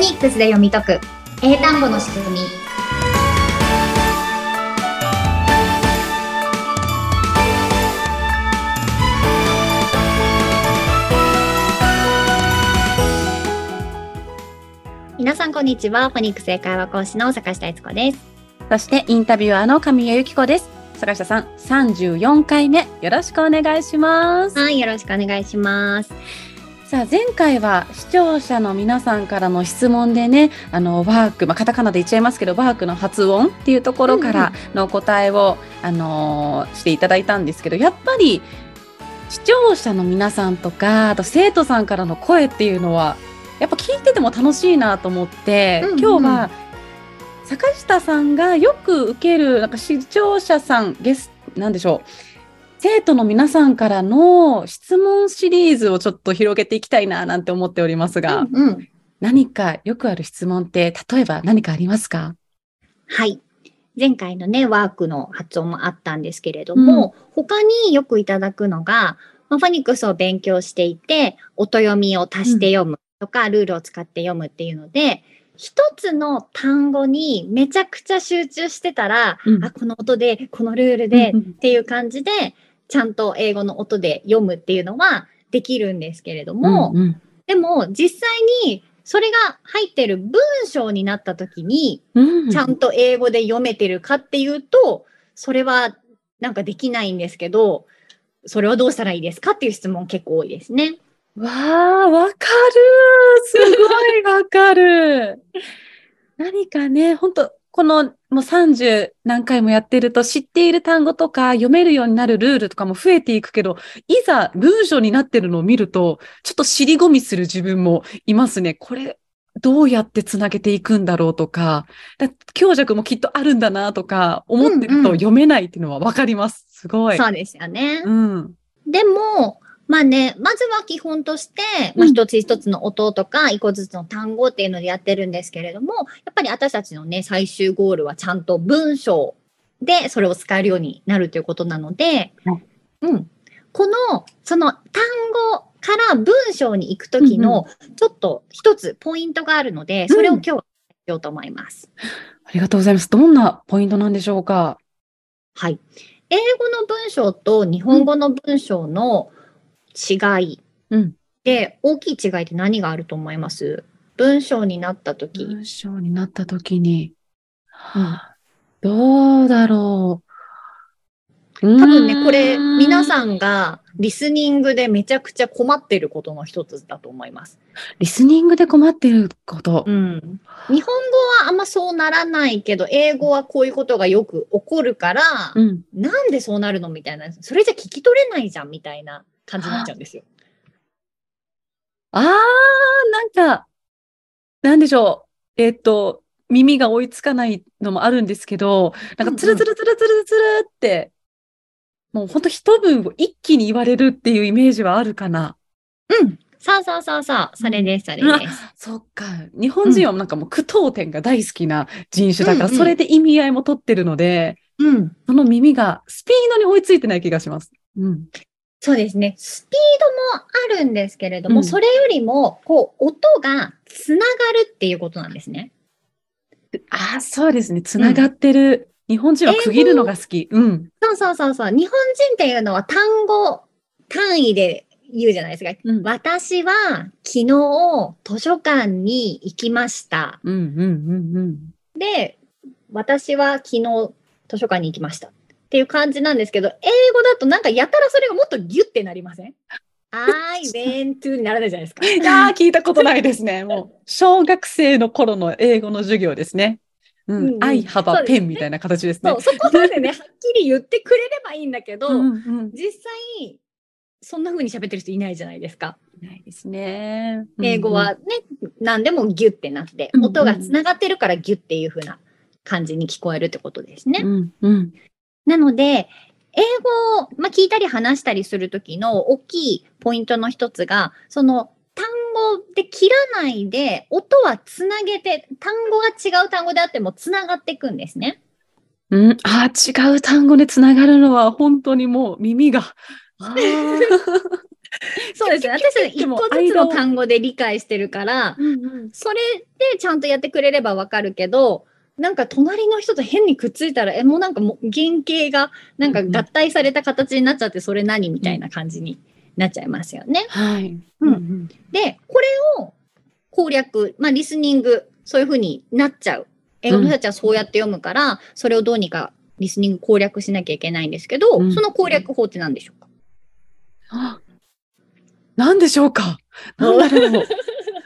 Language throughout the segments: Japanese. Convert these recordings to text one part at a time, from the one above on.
ニックスで読み解く英単語の仕組み。皆さんこんにちは。フォニックス英会話講師の坂下悦子です。 そしてインタビュアーの神谷由紀子です。坂下さん、34回目よろしくお願いします。 はい、よろしくお願いします。 さあ、前回は視聴者の皆さんからの質問でね、ワーク、カタカナで言っちゃいますけど、ワークの発音っていうところからの答えを、していただいたんですけど、やっぱり視聴者の皆さんとか、あと生徒さんからの声っていうのはやっぱ聞いてても楽しいなと思って、今日は坂下さんがよく受ける視聴者さんなんでしょう、生徒の皆さんからの質問シリーズをちょっと広げていきたいななんて思っておりますが、何かよくある質問って例えば何かありますか？ はい。前回のね、ワークの発音もあったんですけれども、他によくいただくのが、フォニックスを勉強していて、音読みを足して読むとか、ルールを使って読むっていうので、一つの単語にめちゃくちゃ集中してたら、この音で、このルールでっていう感じで、ちゃんと英語の音で読むっていうのはできるんですけれども、でも実際にそれが入ってる文章になった時に、ちゃんと英語で読めてるかっていうと、それはなんかできないんですけど、それはどうしたらいいですかっていう質問結構多いですね。 わー、わかる。すごいわかる。何かね、本当このもう30何回もやってると知っている単語とか読めるようになるルールとかも増えていくけど、いざ文章になってるのを見ると、ちょっと尻込みする自分もいますね。これ、どうやってつなげていくんだろうとか、強弱もきっとあるんだなとか、思ってると読めないっていうのはわかります。すごい。 そうですよね。 うん。 でも、まずは基本として、一つ一つの音とか、一個ずつの単語っていうのでやってるんですけれども、やっぱり私たちのね、最終ゴールはちゃんと文章でそれを使えるようになるということなので、その単語から文章に行くときの、ちょっと一つポイントがあるので、それを今日はしようと思います。 ありがとうございます。どんなポイントなんでしょうか？ はい。英語の文章と日本語の文章の違いで、大きい違いって何があると思います？文章になったとき。 文章になったときに、どうだろう。 多分ね、これ皆さんがリスニングでめちゃくちゃ困ってることの一つだと思います。 リスニングで困ってること。 日本語はあんまそうならないけど、英語はこういうことがよく起こるから、なんでそうなるのみたいな、それじゃ聞き取れないじゃんみたいな感じになっちゃうんですよ。 なんでしょう。耳が追いつかないのもあるんですけど、ツルツルツルツルツルって、もうほんと一文を一気に言われるっていうイメージはあるかな。 そう、それです、それです。 そっか。日本人はもう句読点が大好きな人種だから、それで意味合いも取ってるので、その耳がスピードに追いついてない気がします。 そうですね。スピードもあるんですけれども、それよりも、音がつながるっていうことなんですね。 そうですね。つながってる。日本人は区切るのが好き。 そう。日本人っていうのは単語単位で言うじゃないですか。私は昨日図書館に行きました。で、私は昨日図書館に行きました。っていう感じなんですけど、英語だとやたらそれがもっとギュッてなりません？ I went to にならないじゃないですか。 聞いたことないですね。もう、小学生の頃の英語の授業ですね。I have a pen みたいな形ですね。 そこまでね、はっきり言ってくれればいいんだけど、実際、そんな風に喋ってる人いないじゃないですか。 いないですね。 英語はね、何でもギュッてなって、音がつながってるからギュッっていう風な感じに聞こえるってことですね。なので、英語を、聞いたり話したりするときの大きいポイントの一つが、その単語で切らないで、音はつなげて、単語が違う単語であってもつながっていくんですね。 違う単語でつながるのは本当にもう耳が。 そうですね。私たち一個ずつの単語で理解してるから、それでちゃんとやってくれればわかるけど、なんか隣の人と変にくっついたら、もうなんかもう原型がなんか合体された形になっちゃって、それ何みたいな感じになっちゃいますよね。 はい。 で、これを攻略、リスニング、そういう風になっちゃう。英語の人たちはそうやって読むから、それをどうにかリスニング攻略しなきゃいけないんですけど、その攻略法って何でしょうか？ 何でしょうか？なんだろう。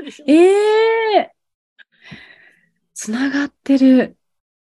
つながってる。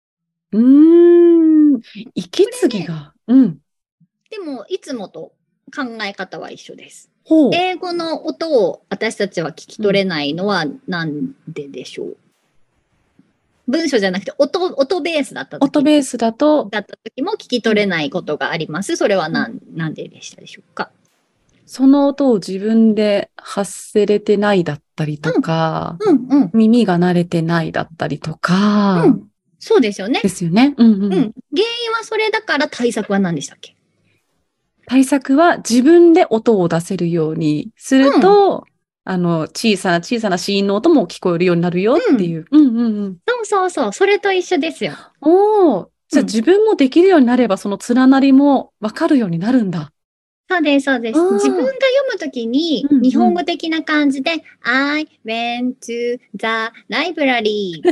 息継ぎが。 でも、いつもと考え方は一緒です。 ほう。 英語の音を私たちは聞き取れないのはなんででしょう？文章じゃなくて音ベースだった時。 音ベースだと。 だった時も聞き取れないことがあります。それはなんででしたでしょうか？ その音を自分で発せれてないだったりとか、耳が慣れてないだったりとか。 そうですよね。 ですよね。 原因はそれだから対策は何でしたっけ？ 対策は自分で音を出せるようにすると、小さな子音の音も聞こえるようになるよっていう。 そう。それと一緒ですよ。 じゃあ自分もできるようになれば、その連なりもわかるようになるんだ。 そうです。自分が読むときに、日本語的な感じで、I went to the library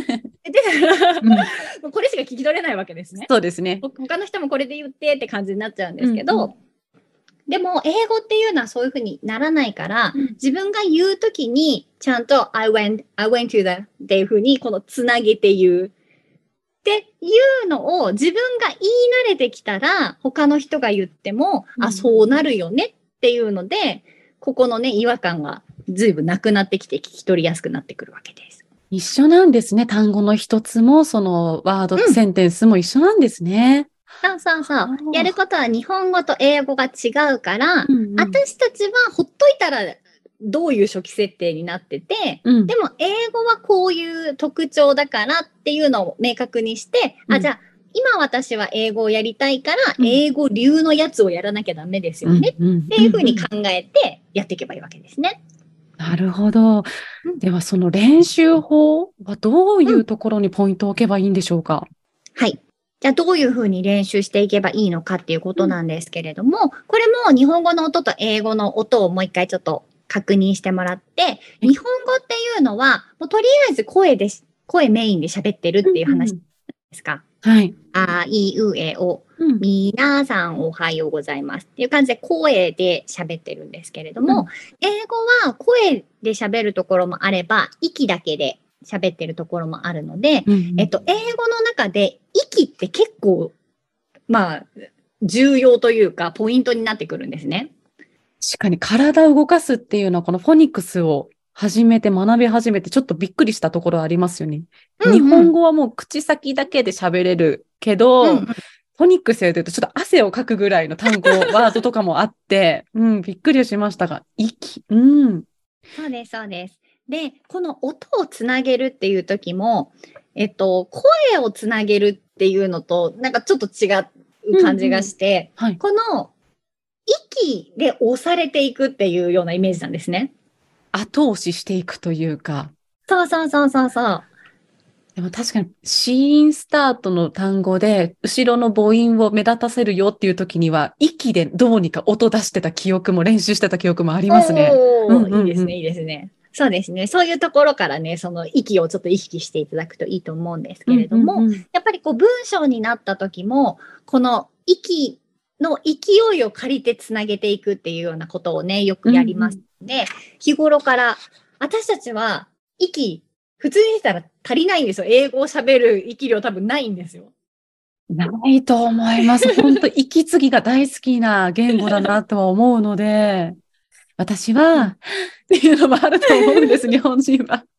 これしか聞き取れないわけですね。 そうですね。 他の人もこれで言ってって感じになっちゃうんですけど、でも、英語っていうのはそういうふうにならないから、自分が言うときに、ちゃんと I went to the っていうふうに、このつなげて言う。っていうのを自分が言い慣れてきたら、他の人が言っても、そうなるよねっていうので、ここのね、違和感が随分なくなってきて聞き取りやすくなってくるわけです。 一緒なんですね。単語の一つも、そのワード、センテンスも一緒なんですね。 そう。やることは日本語と英語が違うから、私たちはほっといたらどういう初期設定になってて、でも英語はこういう特徴だからっていうのを明確にして、じゃあ今私は英語をやりたいから、英語流のやつをやらなきゃダメですよねっていうふうに考えてやっていけばいいわけですね。 なるほど。ではその練習法はどういうところにポイントを置けばいいんでしょうか？ はい。じゃあどういうふうに練習していけばいいのかっていうことなんですけれども、これも日本語の音と英語の音をもう一回ちょっと確認してもらって、日本語っていうのは、もうとりあえず声メインで喋ってるっていう話ですか。 はい。 あいうえお、皆さんおはようございますっていう感じで声で喋ってるんですけれども、英語は声で喋るところもあれば、息だけで喋ってるところもあるので、英語の中で息って結構、重要というか、ポイントになってくるんですね。 確かに体を動かすっていうのは、このフォニックスを学び始めて、ちょっとびっくりしたところありますよね。日本語はもう口先だけで喋れるけど、フォニックスやるとちょっと汗をかくぐらいの単語、ワードとかもあって、びっくりしましたが、息。 そうです。で、この音をつなげるっていう時も、声をつなげるっていうのと、なんかちょっと違う感じがして、この息で押されていくっていうようなイメージなんですね。 後押ししていくというか。 そう。 でも確かに、子音スタートの単語で、後ろの母音を目立たせるよっていう時には、息でどうにか音出してた記憶も、練習してた記憶もありますね。 いいですね。そうですね。そういうところからね、その息をちょっと意識していただくといいと思うんですけれども、やっぱりこう文章になった時も、この息の勢いを借りてつなげていくっていうようなことをね、よくやりますので、日頃から私たちは息、普通にしたら足りないんですよ。英語を喋る息量多分ないんですよ。 ないと思います。本当息継ぎが大好きな言語だなとは思うので、私は、っていうのもあると思うんです、日本人は。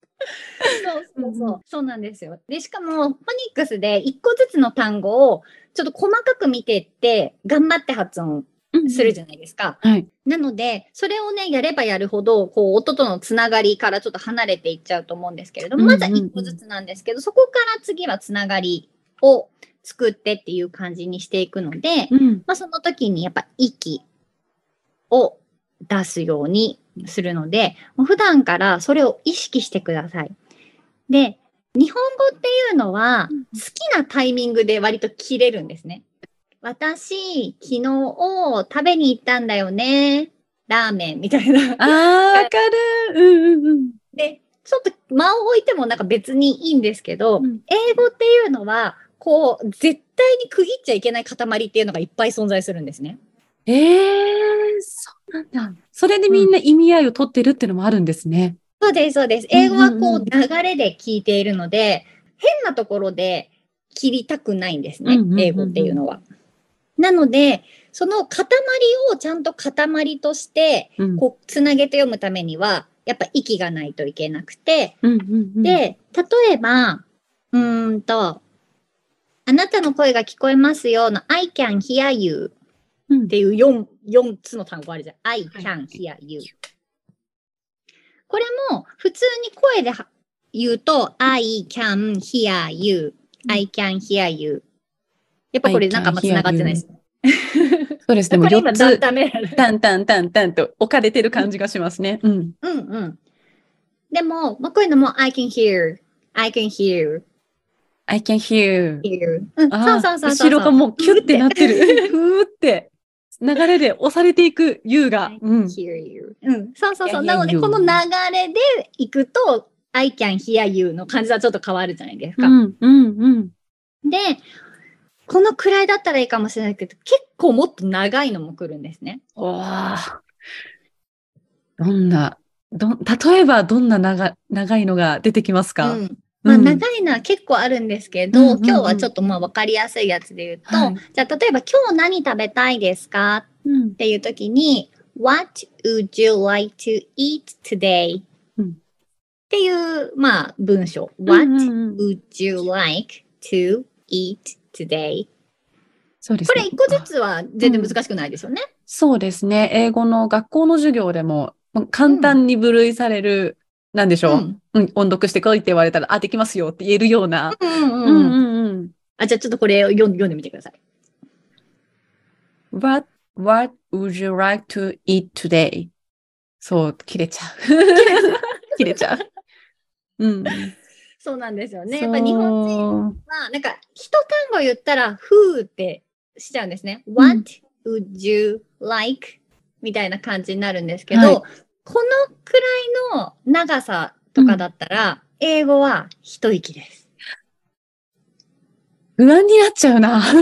そうなんですよ。で、しかも、フォニックスで一個ずつの単語をちょっと細かく見ていって、頑張って発音するじゃないですか。なので、それをね、やればやるほど、こう、音とのつながりからちょっと離れていっちゃうと思うんですけれども、まずは一個ずつなんですけど、そこから次はつながりを作ってっていう感じにしていくので、その時にやっぱ息を出すようにするので、もう普段からそれを意識してください。で、日本語っていうのは好きなタイミングで割と切れるんですね。私、昨日食べに行ったんだよね。ラーメンみたいな。 わかる。 で、ちょっと間を置いてもなんか別にいいんですけど、英語っていうのは、こう、絶対に区切っちゃいけない塊っていうのがいっぱい存在するんですね。 そうなんだ。それでみんな意味合いを取ってるっていうのもあるんですね。 そうです、そうです。英語はこう流れで聞いているので、変なところで切りたくないんですね、英語っていうのは。なので、その塊をちゃんと塊として、こう、つなげて読むためには、やっぱ息がないといけなくて、で、例えば、あなたの声が聞こえますよの I can hear you っていう4つの単語あるじゃん。I can hear you。これも普通に声で言うと I can hear you。I can hear you。やっぱこれなんかあんま繋がってないです。 そうですね。もう4つ、 タンタンタンタンと置かれてる感じがしますね。 でも、こういうのも I can hear。I can hear。I can hear. そう。 後ろがもうキュッてなってる。ふーって流れで押されていく You が。 I can hear you. そう。なので、この流れでいくと I can hear you の感じはちょっと変わるじゃないですか。で、このくらいだったらいいかもしれないけど、結構もっと長いのも来るんですね。 例えばどんな長いのが出てきますか？ 長いのは結構あるんですけど、今日はちょっとわかりやすいやつで言うと、じゃあ例えば今日何食べたいですかっていう時に、What would you like to eat today? っていう、文章。What would you like to eat today? そうですね。 これ一個ずつは全然難しくないですよね。 そうですね。英語の学校の授業でも簡単に分類される、なんでしょう。音読してこいって言われたら、できますよって言えるような。じゃあちょっとこれを読んでみてください。 What would you like to eat today? そう、切れちゃう。切れちゃう。 そうなんですよね。やっぱ日本人は、なんか一単語言ったら、who ってしちゃうんですね。What would you like? みたいな感じになるんですけど、このくらいの長さとかだったら、英語は一息です。 不安になっちゃうな。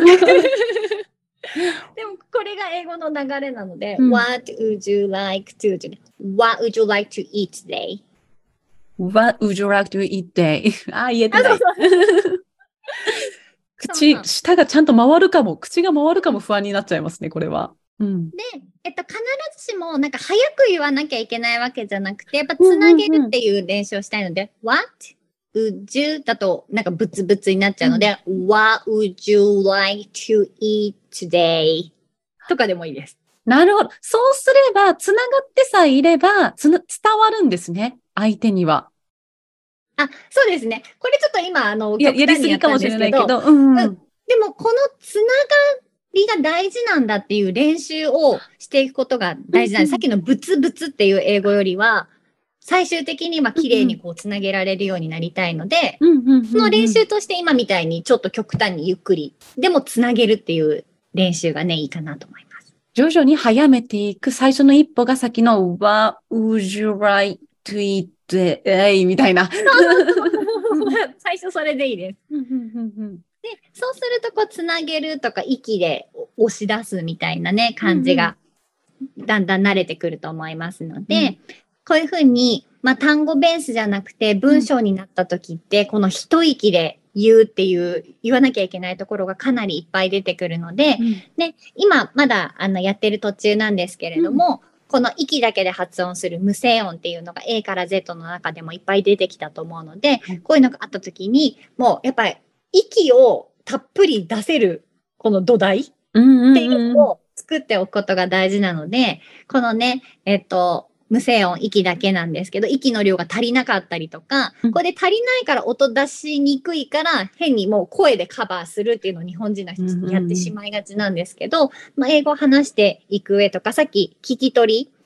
でもこれが英語の流れなので、What would you like to eat today? What would you like to eat today? 言えてない。舌がちゃんと回るかも、口が回るかも不安になっちゃいますね、これは。で、 必ずしもなんか早く言わなきゃいけないわけじゃなくて、やっぱつなげるっていう練習をしたいので、What would you だとなんかブツブツになっちゃうので、What would you like to eat today? とかでもいいです。 なるほど。そうすれば、つながってさえいれば、伝わるんですね。相手には。 そうですね。これちょっと今、 やりすぎかもしれないけど。でも、 このつながりが大事なんだっていう練習をしていくことが大事なんです。さっきのブツブツっていう英語よりは、最終的に綺麗にこうつなげられるようになりたいので、その練習として今みたいにちょっと極端にゆっくり、でもつなげるっていう練習がね、いいかなと思います。 徐々に早めていく最初の一歩が先の What would you like to eat today? みたいな。 最初それでいいです。で、そうするとこうつなげるとか息で押し出すみたいなね、感じがだんだん慣れてくると思いますので、こういうふうに、単語ベースじゃなくて文章になった時って、この一息で言うっていう、言わなきゃいけないところがかなりいっぱい出てくるので、で、今まだやってる途中なんですけれども、この息だけで発音する無声音っていうのが A から Z の中でもいっぱい出てきたと思うので、こういうのがあった時に、もうやっぱり息をたっぷり出せるこの土台っていうのを作っておくことが大事なので、このね、無声音、息だけなんですけど、息の量が足りなかったりとか、これで足りないから音出しにくいから、変にもう声でカバーするっていうのを日本人の人やってしまいがちなんですけど、英語を話していく上とか、さっき聞き取り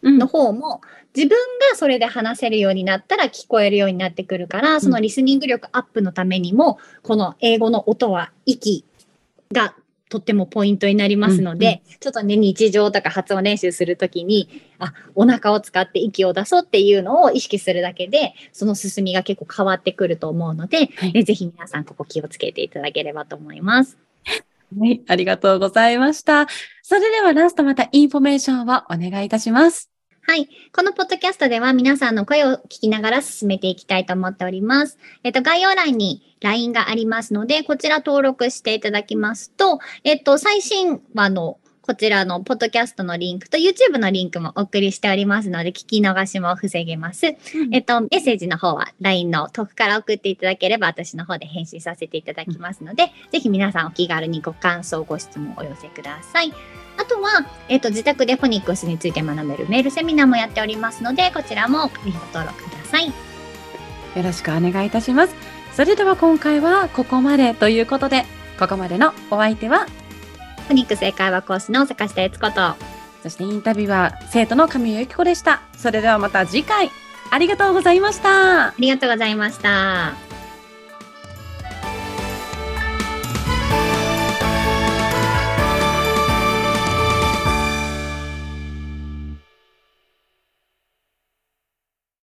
の方も、自分がそれで話せるようになったら聞こえるようになってくるから、そのリスニング力アップのためにも、この英語の音は息がとってもポイントになりますので、ちょっとね、日常とか発音練習するときに、お腹を使って息を出そうっていうのを意識するだけで、その進みが結構変わってくると思うので、ぜひ皆さんここ気をつけていただければと思います。 はい、ありがとうございました。それではラストまたインフォメーションをお願いいたします。 はい。このポッドキャストでは皆さんの声を聞きながら進めていきたいと思っております。概要欄に LINE がありますので、こちら登録していただきますと、最新話のこちらのポッドキャストのリンクと YouTube のリンクもお送りしておりますので、聞き逃しも防げます。メッセージの方は LINE の遠くから送っていただければ私の方で返信させていただきますので、ぜひ皆さんお気軽にご感想、ご質問をお寄せください。あとは、自宅でフォニックスについて学べるメールセミナーもやっておりますので、こちらもご登録ください。よろしくお願いいたします。それでは今回はここまでということで、ここまでのお相手は、 フォニックス英会話講師の坂下悦子と、 そしてインタビューは生徒の神谷由紀子でした。それではまた次回、ありがとうございました。 ありがとうございました。